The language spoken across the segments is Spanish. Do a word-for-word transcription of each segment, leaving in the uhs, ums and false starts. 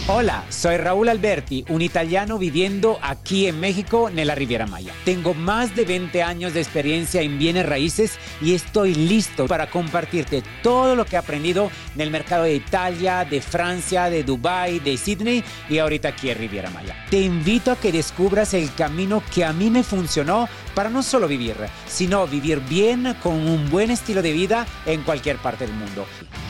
Hola, soy Raúl Alberti, un italiano viviendo aquí en México, en la Riviera Maya. Tengo más de veinte años de experiencia en bienes raíces y estoy listo para compartirte todo lo que he aprendido en el mercado de Italia, de Francia, de Dubái, de Sydney y ahorita aquí en Riviera Maya. Te invito a que descubras el camino que a mí me funcionó para no solo vivir, sino vivir bien con un buen estilo de vida en cualquier parte del mundo.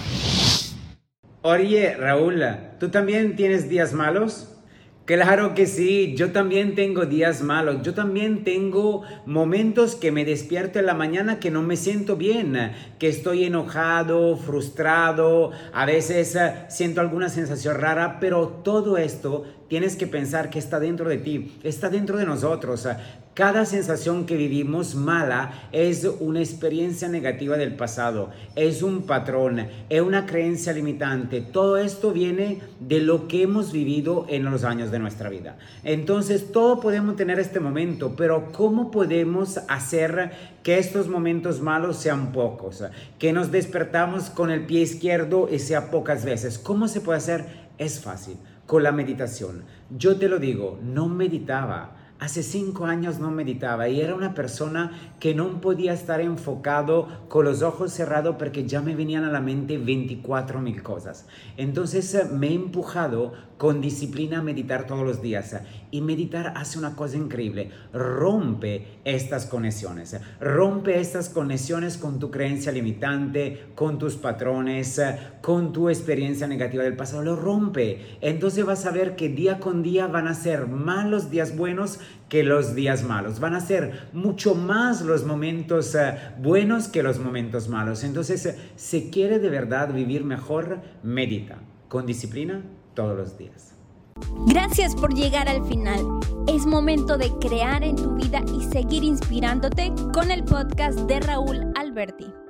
Oye, Raúl, ¿tú también tienes días malos? Claro que sí, yo también tengo días malos, yo también tengo momentos que me despierto en la mañana que no me siento bien, que estoy enojado, frustrado, a veces uh, siento alguna sensación rara, pero todo esto tienes que pensar que está dentro de ti, está dentro de nosotros. Cada sensación que vivimos mala es una experiencia negativa del pasado, es un patrón, es una creencia limitante. Todo esto viene de lo que hemos vivido en los años de nuestra vida. Entonces, todos podemos tener este momento, pero ¿cómo podemos hacer que estos momentos malos sean pocos? Que nos despertamos con el pie izquierdo y sea pocas veces. ¿Cómo se puede hacer? Es fácil, con la meditación. Yo te lo digo, no meditaba. Hace cinco años no meditaba y era una persona que no podía estar enfocado con los ojos cerrados porque ya me venían a la mente veinticuatro mil cosas. Entonces me he empujado con disciplina a meditar todos los días y meditar hace una cosa increíble, rompe estas conexiones, rompe estas conexiones con tu creencia limitante, con tus patrones, con tu experiencia negativa del pasado, lo rompe. Entonces vas a ver que día con día van a ser más los días buenos que los días malos, van a ser mucho más los momentos uh, buenos que los momentos malos. Entonces, uh, si quiere de verdad vivir mejor, medita con disciplina todos los días. Gracias por llegar al final. Es momento de crear en tu vida y seguir inspirándote con el podcast de Raúl Alberti.